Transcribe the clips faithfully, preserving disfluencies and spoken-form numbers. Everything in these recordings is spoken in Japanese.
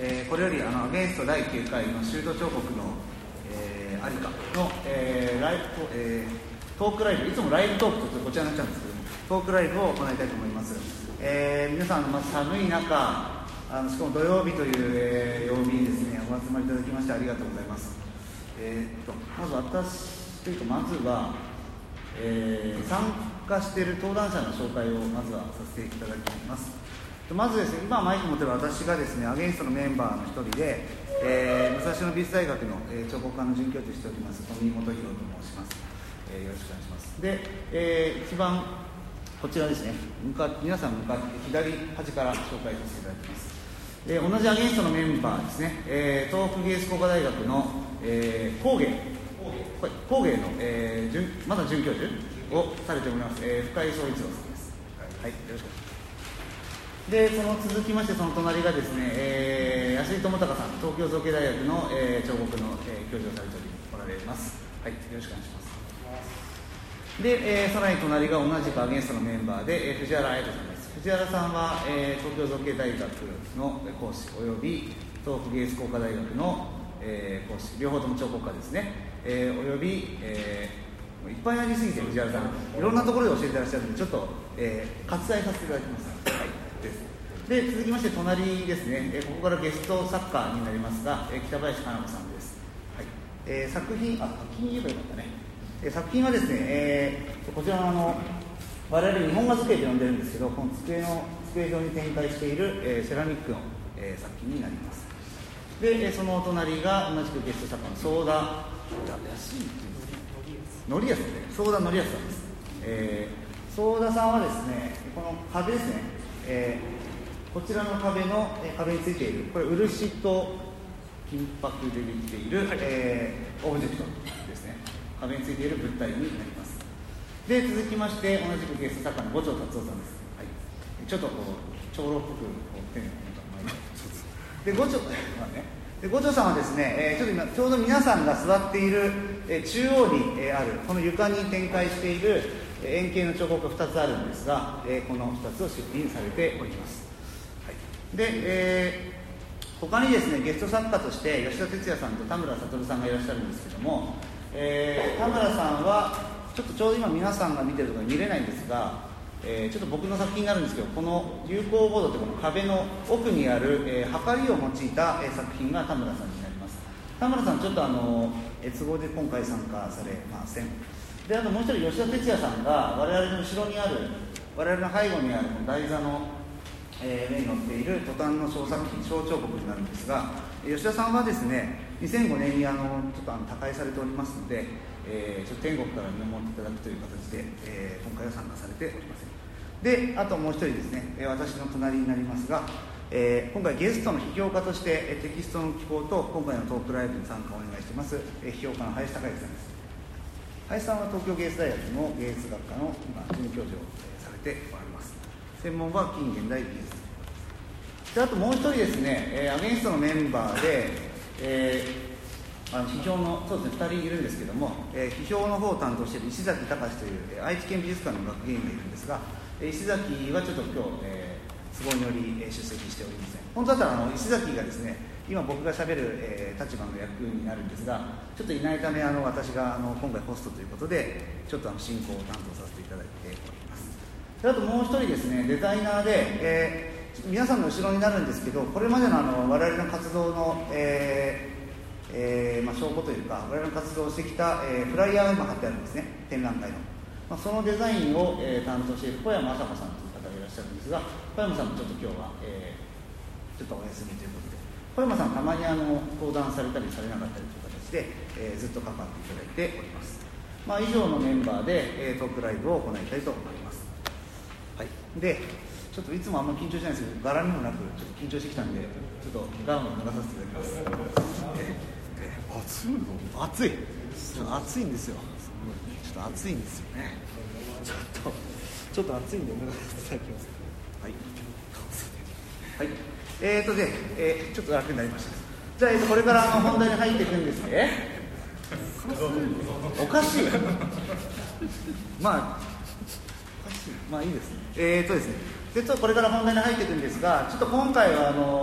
えー、これよりあのアゲンストだいきゅうかいのシュート彫刻の、えー、アリカの、えーライブえー、トークライブ、いつもライブトークとこちらになっちゃうんですけども、トークライブを行いたいと思います。えー、皆さん、まず寒い中、あのしかも土曜日という、えー、曜日にですね、お集まりいただきましてありがとうございます。えー、っとまず私というか、まずは、えー、参加している登壇者の紹介をまずはさせていただきます。まずですね、今マイク持っている私がですね、アゲンストのメンバーの一人で、えー、武蔵野美術大学の、えー、彫刻科の准教授をしております富井元弘と申します。えー、よろしくお願いします。で、えー、一番こちらですね、向か皆さん向かって左端から紹介させていただきます。えー、同じアゲンストのメンバーですね、えー、東北芸術工科大学の、えー、工芸工芸の、えー、まだ准教授をされております、えー、深井総一郎さんです。はい、よろしくお願いします。で、その続きまして、その隣がですね、えー、安井智隆さん、東京造形大学の、えー、彫刻の、えー、教授をされておられます。はい、よろしくお願いします。で、えー、さらに隣が同じくアゲンストのメンバーで、えー、藤原彩人さんです。藤原さんは、えー、東京造形大学の講師および東北芸術工科大学の、えー、講師、両方とも彫刻家ですね、えー、および、えー、いっぱいありすぎて藤原さん、いろんなところで教えてらっしゃるので、ちょっと、えー、割愛させていただきます。はい、で続きまして隣ですね、えー、ここからゲスト作家になりますが、えー、北林かな子さんです。はい、えー、作品、あ、作品言えばよかったね。えー、作品はですね、えー、こちらのあの我々日本画図形と呼んでるんですけど、この机の机上に展開している、えー、セラミックの、えー、作品になります。で、えー、そのお隣が同じくゲスト作家の相田のりやすね、相田のりやすさんです。えー、相田さんはですね、この壁ですね、えーこちらの壁の、えー、壁についている、これ漆と金箔でできている、はい、えー、オブジェクトですね。壁についている物体になります。で続きまして同じくゲスト作家の五条達夫さんです。はい、ちょっとこう長老っぽくこう手にで五条、まあね、で五条さんはですね、えー、ちょっと今ちょうど皆さんが座っている、えー、中央に、えー、あるこの床に展開している円形の彫刻がふたつあるんですが、えー、このふたつを出品されております。で、えー、他にですね、ゲスト作家として吉田哲也さんと田村悟さんがいらっしゃるんですけども、えー、田村さんはちょっとちょうど今皆さんが見てるところ見れないんですが、えー、ちょっと僕の作品になるんですけど、この有効ボードというこの壁の奥にある、えー、はかりを用いた、えー、作品が田村さんになります。田村さんちょっとあの、えー、都合で今回参加されません。で、あともう一人吉田哲也さんが我々の後ろにある、我々の背後にあるこの台座のえー、上に載っているトタンの小作品、小彫刻になるんですが、吉田さんはですね、にせんごねんにあのちょっとあの他界されておりますので、えー、ちょっと天国から見守っていただくという形で、えー、今回は参加されておりません。で、あともう一人ですね、私の隣になりますが、えー、今回ゲストの批評家としてテキストの寄稿と今回のトークライブに参加をお願いしています、えー、批評家の林孝之さんです。林さんは東京芸術大学の芸術学科の今准教授をされておられます。専門は近現代美術で、あともう一人ですね、えー、アゲンストのメンバーで、えー、あの批評のそうですねふたりいるんですけども、えー、批評の方を担当している石崎隆という、えー、愛知県美術館の学芸員がいるんですが、えー、石崎はちょっと今日、えー、都合により、えー、出席しておりません。本当だったらあの石崎がですね、今僕がしゃべる、えー、立場の役になるんですが、ちょっといないためあの私があの今回ホストということでちょっとあの進行を担当させていただいております。で、あともう一人ですね、デザイナーで、えー皆さんの後ろになるんですけど、これまでのあの我々の活動の、えーえーまあ、証拠というか、我々の活動をしてきた、えー、フライヤーが今貼ってあるんですね、展覧会の、まあ、そのデザインを、えー、担当している小山麻子さんという方がいらっしゃるんですが、小山さんもちょっと今日は、えー、ちょっとお休みということで、小山さんたまにあの登壇されたりされなかったりという形で、えー、ずっと関わっていただいております。まあ、以上のメンバーで、えー、トークライブを行いたいと思います。はい、でちょっといつもあんま緊張しないんですけど、柄にもなくちょっと緊張してきたんで、ちょっとガウンを脱がさせていただきます。えー、えー、暑いの？暑い。ちょっと暑いんですよ。ちょっと暑いんですよね。ちょっとちょっと暑いんで脱がさせていただきます。はい。はい。えーとで、えー、ちょっと楽になりました。じゃあ、えー、とこれからあの本題に入っていくんですね。おかしい。まあおかしい。まあいいですね。えーとですね。でちょっとこれから本題に入っていくんですが、ちょっと今回はあの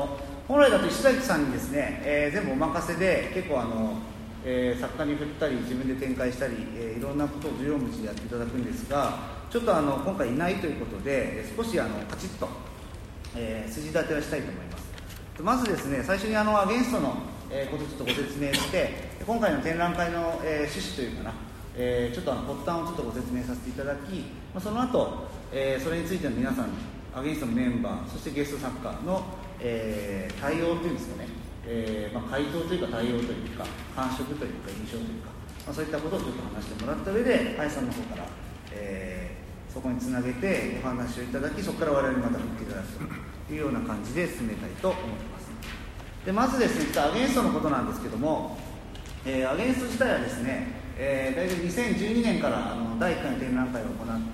本来だと石崎さんにですね、えー、全部お任せで結構あの、えー、作家に振ったり自分で展開したり、えー、いろんなことを重要無知でやっていただくんですが、ちょっとあの今回いないということで少しあのカチッと、えー、筋立てをしたいと思います。まずですね、最初にあのアゲンストのことをちょっとご説明して、今回の展覧会の、えー、趣旨というかな、えー、ちょっとあの発端をちょっとご説明させていただき、まあ、その後、えー、それについての皆さん、アゲンストのメンバー、そしてゲスト作家の、えー、対応というんですかね、えーまあ、回答というか対応というか、感触というか印象というか、まあ、そういったことをちょっと話してもらった上で、林さんの方から、えー、そこにつなげてお話をいただき、そこから我々にまた振っていただくというような感じで進めたいと思います。でまずですね、アゲンストのことなんですけども、えー、アゲンスト自体はですね、えー、大体にせんじゅうにねんからあのだいいっかいの展覧会を行って、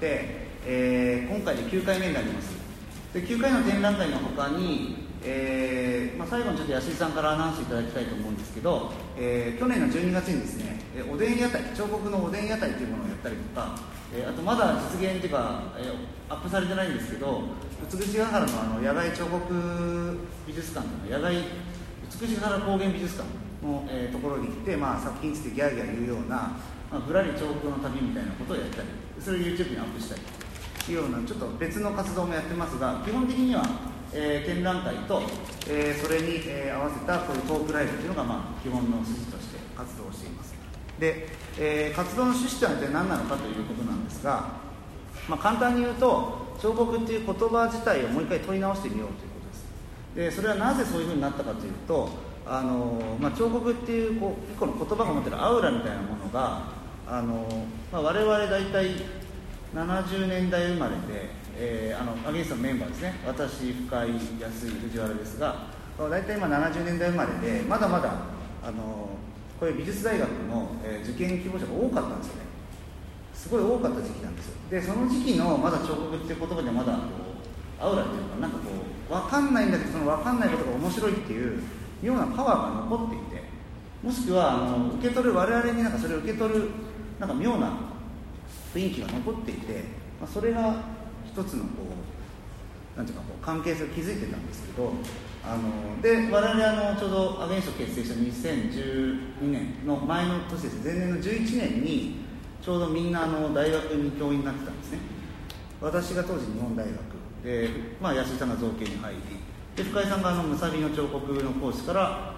えー、今回できゅうかいめになります。できゅうかいの展覧会の他に、えーまあ、最後にちょっと安井さんからアナウンスいただきたいと思うんですけど、えー、去年のじゅうにがつにですね、おでん屋台、彫刻のおでん屋台というものをやったりとか、えー、あとまだ実現というか、えー、アップされてないんですけど、美しが原のあの野外彫刻美術館というの野外美しが原高原美術館の、えー、ところに行って、まあ、作品についてギャーギャー言うような、まあ、ぶらり彫刻の旅みたいなことをやったり、それを YouTube にアップしたりというようなちょっと別の活動もやってますが、基本的には、えー、展覧会と、えー、それに、えー、合わせたこういうトークライブというのが、まあ、基本の筋として活動をしています。で、えー、活動の趣旨というのは何なのかということなんですが、まあ、簡単に言うと彫刻っていう言葉自体をもう一回問い直してみようということです。でそれはなぜそういうふうになったかというと、あの、まあ、彫刻っていう、こう一個の言葉が持っているアウラみたいなものが、あの、まあ、我々大体ななじゅうねんだい生まれで、えー、あのアゲンストのメンバーですね、私、深井、安井、藤原ですが、大体今ななじゅうねんだい生まれで、まだまだあのこういう美術大学の、えー、受験希望者が多かったんですよね。すごい多かった時期なんですよ。でその時期のまだ彫刻っていう言葉でまだこうアウラっていうか、なんかこう分かんないんだけど、その分かんないことが面白いっていうようなパワーが残っていて、もしくはあの受け取る我々になんかそれを受け取るなんか妙な雰囲気が残っていて、まあ、それが一つのこうなんていうかこう関係性を築いてたんですけど、あので我々あのちょうどアゲンスト結成したにせんじゅうにねんの前の年です。前年のじゅういちねんにちょうどみんなあの大学に教員になってたんですね。私が当時日本大学で、まあ、安井さんが造形に入り、で深井さんがあのむさびの彫刻の講師から、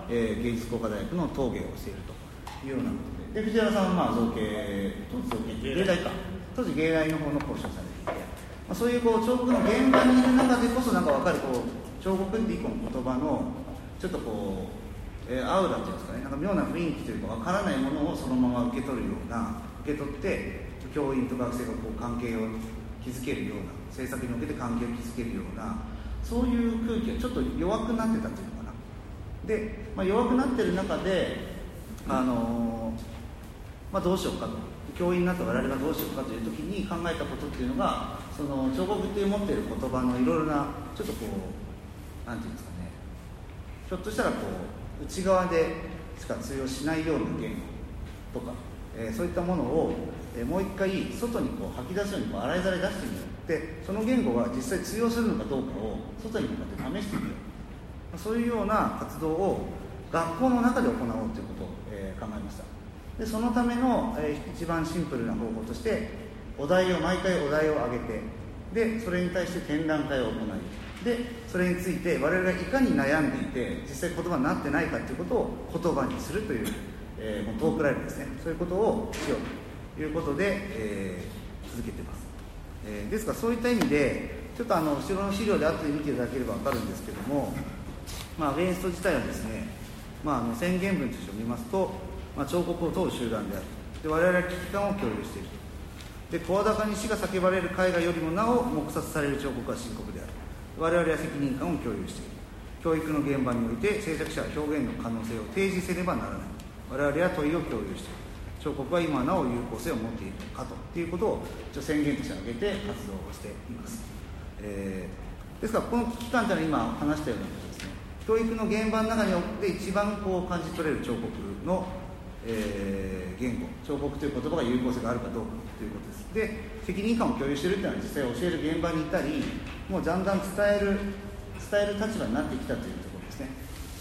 えー、芸術工科大学の陶芸をしているというようなことで、で藤原さんはまあ造形当時造形芸大か当時芸大の方の講師をされていて、まあ、そういうこう彫刻の現場にいる中でこそなんか分かるこう彫刻って一個の言葉のちょっとこう、えー、アウラっていうんですかね、なんか妙な雰囲気というか分からないものをそのまま受け取るような、受け取って教員と学生がこう関係を築けるような、制作におけて関係を築けるような、そういう空気がちょっと弱くなってたっていうのかな。で、まあ、弱くなってる中で、あのーまあ、どうしようかと、教員になった我々がどうしようかという時に考えたことっていうのが、その彫刻っていう持っている言葉のいろいろなちょっとこうなんていうんですかね、ひょっとしたらこう内側でしか通用しないような言語とか、えー、そういったものを、えー、もう一回外にこう吐き出すようにこう洗いざらい出してみよう。でその言語が実際通用するのかどうかを外に向かって試してみよう。そういうような活動を学校の中で行おうということを、えー、考えました。でそのための、えー、一番シンプルな方法として、お題を毎回お題を挙げて、でそれに対して展覧会を行い、でそれについて我々がいかに悩んでいて実際言葉になってないかということを言葉にするという、えー、トークライブですね。そういうことをしようということで、えー、続けています。えー、ですからそういった意味でちょっとあの後ろの資料で後で見ていただければ分かるんですけども、まあ、アゲンスト自体はですね、まあ、あの宣言文として見ますと、まあ、彫刻を問う集団である。で我々は危機感を共有している。で声高に死が叫ばれる絵画よりもなお黙殺される彫刻は深刻である。我々は責任感を共有している。教育の現場において制作者は表現の可能性を提示せねばならない。我々は問いを共有している。彫刻は今なお有効性を持っているのかということを宣言として挙げて活動をしています。えー、ですからこの期間というのは今話したようなことですね。教育の現場の中におって一番こう感じ取れる彫刻の、えー、言語、彫刻という言葉が有効性があるかどうかということです。で、責任感を共有しているというのは実際教える現場にいたり、もうだんだん伝える伝える立場になってきたというところですね。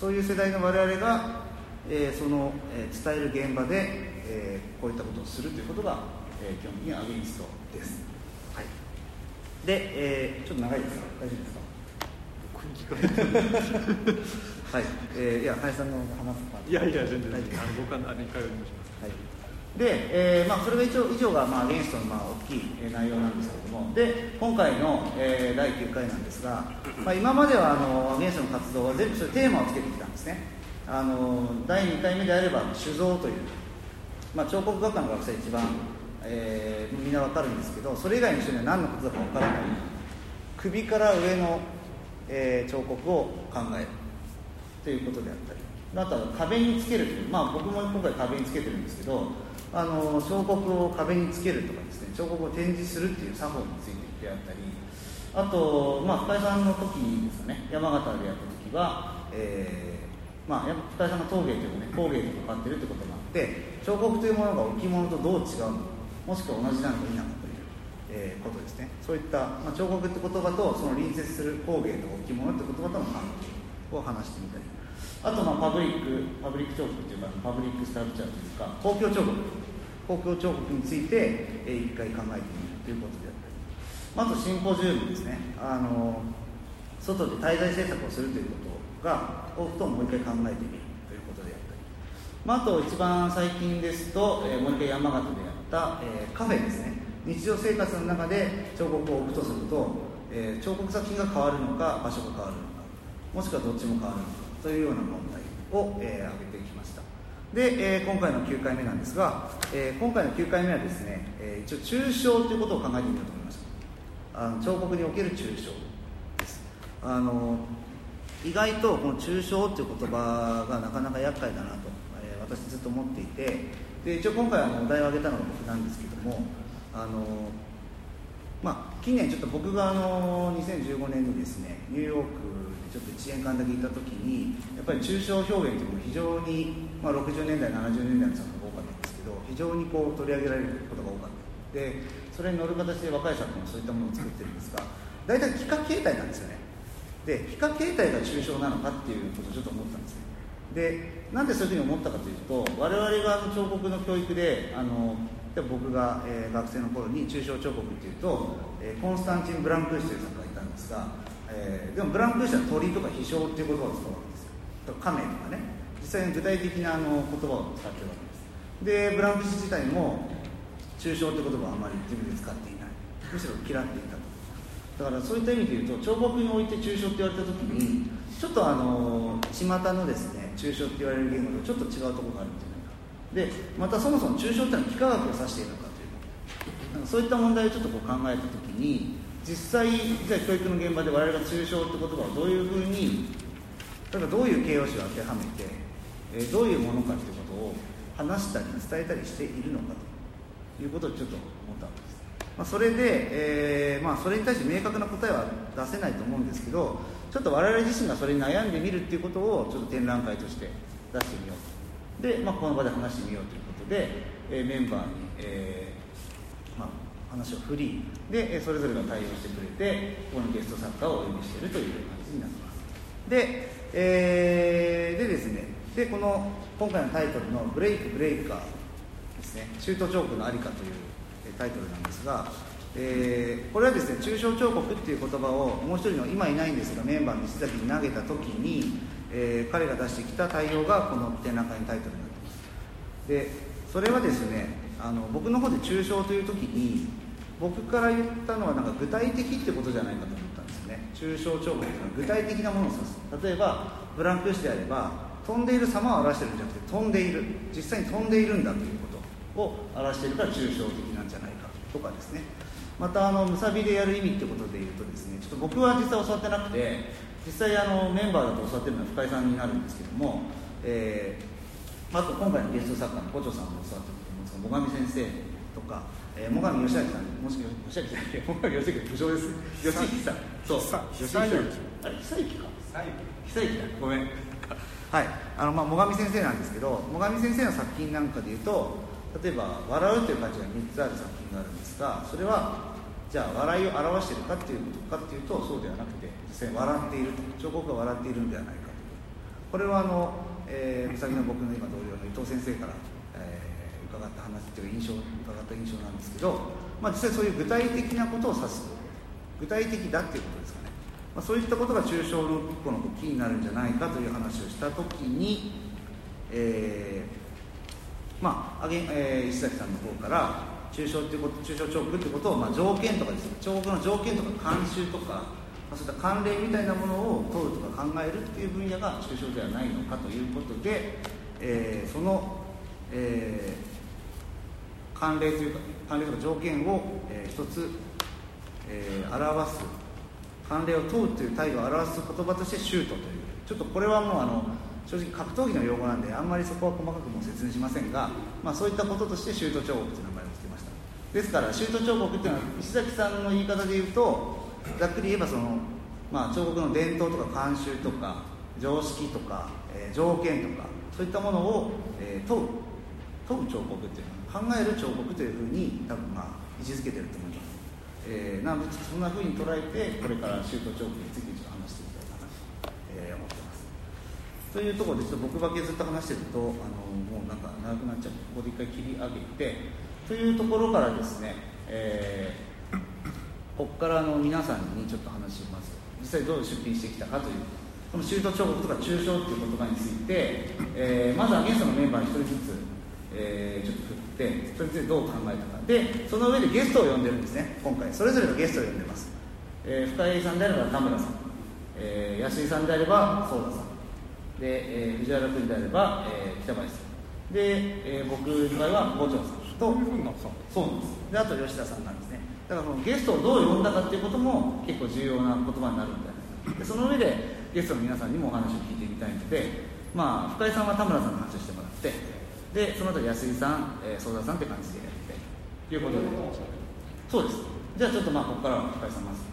そういう世代の我々が、えー、その、えー、伝える現場で、えー、こういったことをするということが、えー、基本的にアゲインストです。はい、で、えー、ちょっと長いですか？大丈夫ですか？ 僕に聞かれてるはい、えー、いや林さんの話すいやいや全然大丈夫。あの僕は何回もします。 はい、で、えーまあ、それが一応以上が、まあ、アゲインストの、まあ、大きい内容なんですけれども、で今回の、えー、だいきゅうかいなんですが、まあ、今まではあのアゲインストの活動は全部それテーマをつけてきたんですね。あのだいにかいめであれば酒造という、まあ、彫刻学科の学生一番、えー、みんな分かるんですけど、それ以外の人には何のことだか分からない首から上の、えー、彫刻を考えるということであったり、あとは壁につけるという、まあ、僕も今回壁につけてるんですけど、あの彫刻を壁につけるとかですね、彫刻を展示するっていう作法についてであったり、あと、まあ、深井さんの時ですかね、山形でやった時は、えーまあ、深井さんが陶芸というかね、工芸とかかってるってこともあって、彫刻というものが置物とどう違うのか、もしくは同じなのか否かという、えー、ことですね。そういった、まあ、彫刻って言葉とその隣接する工芸と置物って言葉との関係を話してみたり、あと、まあ、パブリックパブリック彫刻というかパブリックスタルチャーというか公共彫刻公共彫刻について、えー、一回考えてみるということであったり、まあ、あとシンポジウムですね、あの外で滞在制作をするということがことをもう一回考えてみるということであったり、まあ、あと一番最近ですと、えー、もう一回山形でやった、えー、カフェですね。日常生活の中で彫刻を置くとすると、えー、彫刻作品が変わるのか場所が変わるのか、もしくはどっちも変わるのかというような問題を、えー、挙げてきました。で、えー、今回のきゅうかいめなんですが、えー、今回のきゅうかいめはですね、えー、一応抽象ということを考えてみようと思いました。あの彫刻における抽象です。あの意外とこの抽象という言葉がなかなか厄介だなと、えー、私ずっと思っていて、で一応今回あのお題を挙げたのが僕なんですけども、あのまあ、近年ちょっと僕があのにせんじゅうごねんにですねニューヨークでちょっといちねんかんだけ行った時に、やっぱり抽象表現というのも非常に、まあ、ろくじゅうねんだいななじゅうねんだいの作品が多かったんですけど、非常にこう取り上げられることが多かったで、それに乗る形で若い作品もそういったものを作ってるんですが、大体幾何形態なんですよね。で幾何形態が抽象なのかっていうことをちょっと思ったんですね。でなんでそういうふうに思ったかというと、我々があの彫刻の教育であの僕が、えー、学生の頃に抽象彫刻っていうと、えー、コンスタンチン・ブランクーシュという作家がいたんですが、えー、でもブランクーシュは鳥とか飛翔っていう言葉を使うわけですよ。亀とかね、実際に具体的なあの言葉を使ってるわけです。でブランクーシュ自体も抽象って言葉はあまり自分で使っていない、むしろ嫌っていたと。だからそういった意味で言うと、彫刻において抽象って言われた時にちょっとあの巷のですね抽象って言われる言語とちょっと違うところがあるんじゃないか。でまたそもそも抽象ってのは幾何学を指しているのかという、そういった問題をちょっとこう考えたときに、実際じゃあ教育の現場で我々が抽象って言葉をどういうふうに、例えばどういう形容詞を当てはめて、えー、どういうものかということを話したり伝えたりしているのかということをちょっと思ったわけです。まあ、それで、えーまあ、それに対して明確な答えは出せないと思うんですけど、ちょっと我々自身がそれに悩んでみるっていうことをちょっと展覧会として出してみようと。で、まあ、この場で話してみようということで、えー、メンバーに、えーまあ、話を振りで、それぞれが対応してくれて、ここにゲスト作家をお呼びしているという感じになっています。で、えー、でですね、でこの今回のタイトルのブレイクブレイカーですね、シュート彫刻のありかというタイトルなんですが、えー、これはですね、抽象彫刻っていう言葉をもう一人の今いないんですがメンバーの石崎に投げた時に、えー、彼が出してきた対応がこの展覧会のタイトルになっています。でそれはですね、あの僕の方で抽象という時に僕から言ったのはなんか具体的ってことじゃないかと思ったんですね。抽象彫刻というのは具体的なものを指す。例えばブランクーシュであれば飛んでいる様を表しているんじゃなくて、飛んでいる、実際に飛んでいるんだということを表しているから抽象的なんじゃないかとかですね。またあのムサビでやる意味ってことで言うとですね、ちょっと僕は実際教わってなくて、実際あのメンバーだと教わってるのは深井さんになるんですけども、えー、あと今回のゲスト作家の古城さんも教わってると思うんですが、最上先生とか、えー、最上義明さん、もしくは義明じゃない、最上義明武将です。義明さん、そう、義明さん、あれ久之か、久之だ、ごめん。はい、あのまあ最上先生なんですけど、最上先生の作品なんかでいうと、例えば笑うという漢字がみっつある作品があるんですが、それはじゃあ笑いを表しているかっていうことかっていうとそうではなくて、実際に笑っていると、彫刻が笑っているんではないかという、 これはあの、えー、うさぎの僕の今同僚の伊藤先生から、えー、伺った話という印象伺った印象なんですけど、まあ、実際そういう具体的なことを指す具体的だっていうことですかね、まあ、そういったことが抽象の一個のキーになるんじゃないかという話をしたときに、えー、まあ、えー、石崎さんの方から抽象っていうこと抽象彫刻っていうことを、まあ、条件とかですね、彫刻の条件とか慣習とか、まあ、そういった慣例みたいなものを問うとか考えるっていう分野が抽象ではないのかということで、えー、その、えー、慣例というか慣例とか条件を、えー、一つ、えー、表す慣例を問うという態度を表す言葉としてシュートという、ちょっとこれはもうあの正直格闘技の用語なんであんまりそこは細かくも説明しませんが、まあ、そういったこととしてシュート彫刻という名前を付けました。ですからシュート彫刻っていうのは石崎さんの言い方で言うと、ざっくり言えばその、まあ、彫刻の伝統とか慣習とか常識とか、えー、条件とかそういったものを、えー、問う問う彫刻っていうのは考える彫刻というふうに多分まあ位置づけてると思います。えー、なのでそんなふうに捉えてこれからシュート彫刻についてちょっと話していきたいかなと、えー、思ってます。というところでちょっと僕ばけずっと話してるとあのもうなんか長くなっちゃうのでここで一回切り上げてというところからですね、えー、ここからの皆さんにちょっと話します。実際どう出品してきたかというこのシュート彫刻とか抽象という言葉について、えー、まずはゲストのメンバーに一人ずつ、えー、ちょっと振ってそれについてどう考えたかで、その上でゲストを呼んでるんですね。今回それぞれのゲストを呼んでます。えー、深井さんであれば田村さん、えー、安井さんであれば相田さんで、えー、藤原君であれば、えー、北林さんで、えー、僕の場合は五条さんとそうなんです。であと吉田さんなんですね。だからそのゲストをどう呼んだかっていうことも結構重要な言葉になるんで、でその上でゲストの皆さんにもお話を聞いてみたいので、まあ、深井さんは田村さんの話をしてもらってでその後安井さん、えー、相田さんって感じでやってということで、そうです。じゃあちょっとまあここからは深井さんまず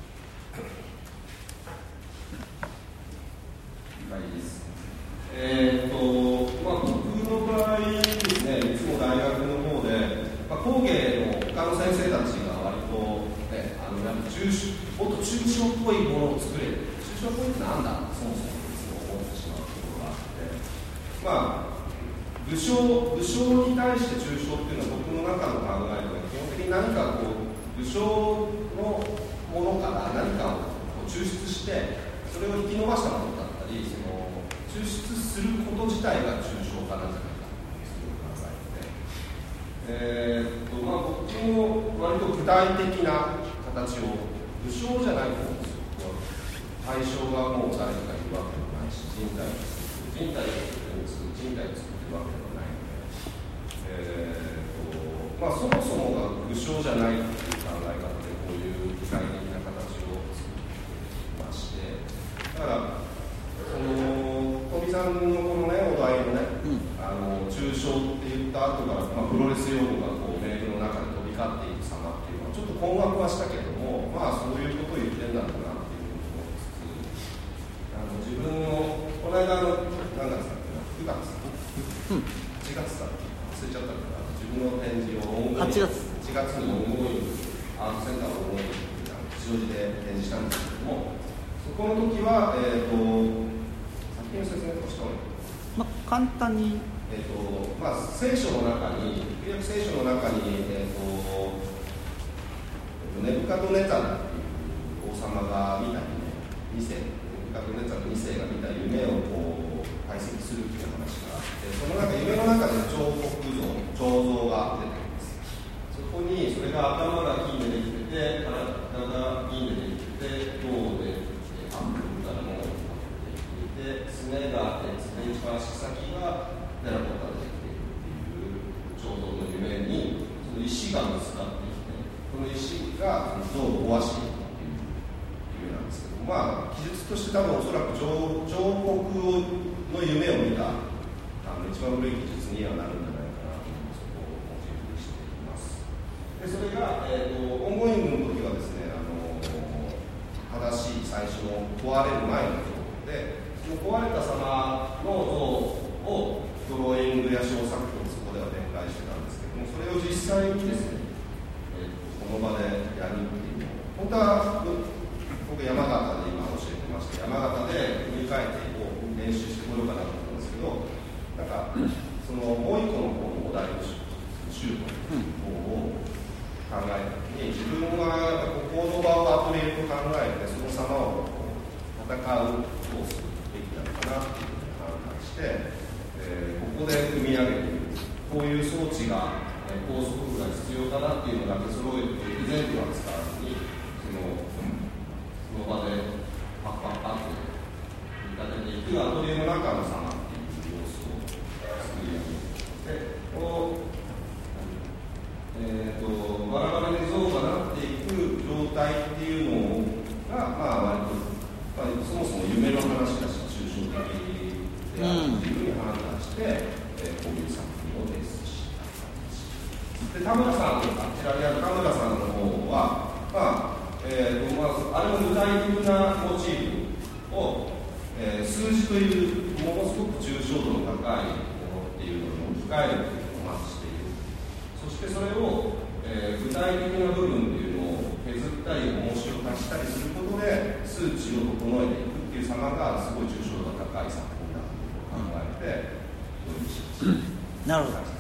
はい、いいです。えーとまあ、僕の場合ですね、いつも大学の方で、まあ、工芸の他の先生たちが割と、ね、あのなんか抽象もっと抽象っぽいものを作れる、抽象っぽいってなんだそもそもいつも思ってしまうところがあって、まあ、武将武将に対して抽象っていうのは僕の中の考えでは基本的に何かこう武将のものから何かをこう抽出してそれを引き伸ばしたものだったり、その抽出すること自体が抽象化なんじゃないかという考えで、えーっとまあ、僕も割と具体的な形を武将じゃない方ですよ。対象がもう誰かいるわけでもないし、人体を作る人体を作る人体を作るわけではないので、えーっとまあ、そもそもが武将じゃないという考え方でこういう具体的な形を作ってきまして、だからその小見さんのこのねお題のね、うん、あの抽象って言った後から、まあ、プロレス用語がこうメールの中で飛び交っていく様っていうのはちょっと困惑はしたけれども、まあそういうことを言ってんだろうなっていうことを思いつつ、あの自分のこの間の何月だっけなくがつ、うん、はちがつだっけ忘れちゃったから自分の展示をはちがつはちがつにオンゴイングアートセンターをオンゴイング吉祥寺で展示したんですけども、そこの時はえっ、ー、と説明としては、 まあ、簡単に、 えーとまあ、聖書の中に、旧約聖書の中に、えーとえー、とネブカドネザルっていう王様が見た夢、に世、ネブカドネザルに世が見た夢をこう解析するっていう話があって、その中夢の中で彫刻像、彫像が出てきます。そこにそれが頭が金でできてて、体が銀でできてて、銅で、アップルからもですねが、えー、その一番足先がテラコッタでできているっていう彫像の夢にその石がぶつかってきて、この石が像を壊していくっていう夢なんですけど、まあ記述として多分おそらく彫刻の夢を見たあの一番古い記述にはなるんじゃないかなというそこをモチーフにしています。でそれが、えーと、オンゴイングの時はですね、あの正しい最初の壊れる前の彫刻で、壊れた様の像をドローイングや小作品そこでは展開してたんですけども、それを実際にですね、えー、この場でやるっていうのを本当は僕山形で今教えてまして、山形で振り返っていこう練習してこようかなと思うんですけど、なんかそのもう一個の方のお題のシュートの方を考えた時に、自分はここの場をアトリエと考えて、その様を戦うどうするべきなのかなっていうふうに判断して、えー、ここで組み上げている、こういう装置が、えー、高速部が必要だなっていうのだけ揃えて全部は使わずに、そのその場でパッパッパッと見立てていくアトリエの中の様っていう様子を作り上げて、こうえー、とバラバラに像がなっていく状態っていうのが、まあ、割と、まあ、そもそも夢の話だし抽象的であるというふうに判断して、うん、えー、こういう作品を提出した感じで、田村さん、あちらにある田村さんの方は、まあえーとまあ、あれも具体的なモチーフを、えー、数字というものすごく抽象度の高いものっていうのに置き換えるというのをまずしている。そしてそれを、えー、具体的な部分っていうのを削ったり重しを足したりすることで数値を整えていくっていう様がすごい抽象度が高い作品だと考えて導入しました。 なるほど。はい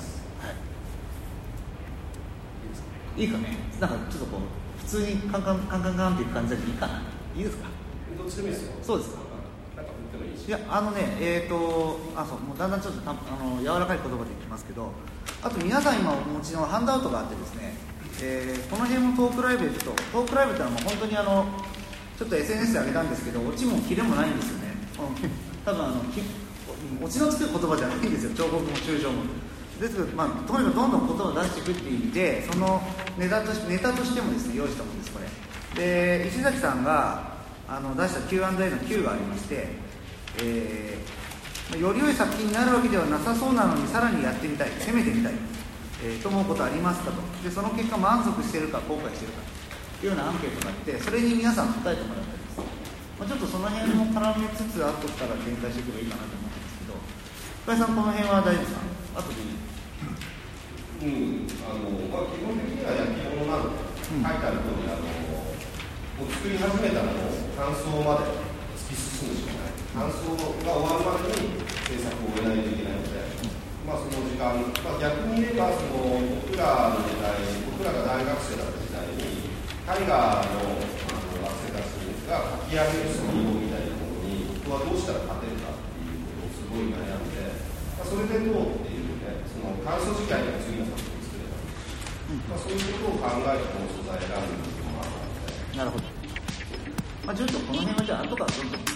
。いいかね。なんかちょっとこう普通にカンカンカンカンカンっていう感じでいいかな。いいですか。 どっちでもいいですよ。 そうですか。 なんか振ってもいいし。 いやあのねえっ、ー、とあそうもうだんだんちょっとたあの柔らかい言葉でいきますけど。あと皆さん今お持ちのハンドアウトがあってですね、えー、この辺もトークライブとトークライブってのはもう本当にあのちょっと エスエヌエス で上げたんですけど、オチもキレもないんですよね。多分あのオチのつく言葉じゃないんですよ、彫刻も抽象も。ですけど、まあ、とにかくどんどん言葉を出していくっていう意味で、そのネタとしてネタとしてもですね用意したものですこれ。で石崎さんがあの出した キューアンドエー の Q がありまして、えーより良い作品になるわけではなさそうなのにさらにやってみたい、攻めてみたい、えー、と思うことありますかと。でその結果満足しているか後悔しているかというようなアンケートがあって、それに皆さん答えてもらったりです、まあ、ちょっとその辺も絡めつつ後から展開していけばいいかなと思うんですけど、深井さんこの辺は大丈夫ですか。後でいい。 うんあのまあ、基本的には焼き物なので、うん、書いてある通りあのもう作り始めたらもう感想まで突き進むしかない。感想が終わるまでに制作を終えないといけないので、まあ、その時間、まあ、逆に言えばその僕らの時代、僕らが大学生だった時代に絵画の学生たちが書き上げるスピードみたいなものに僕はどうしたら勝てるかっていうことをすごい悩んで、まあ、それでどうっていうね、その感想次第で次の作品作れた、まあ、そういうことを考えてこの素材を選ぶっていうのもあるので。 なるほど。まあ、ちょっとこの辺はじゃあ後からどんどん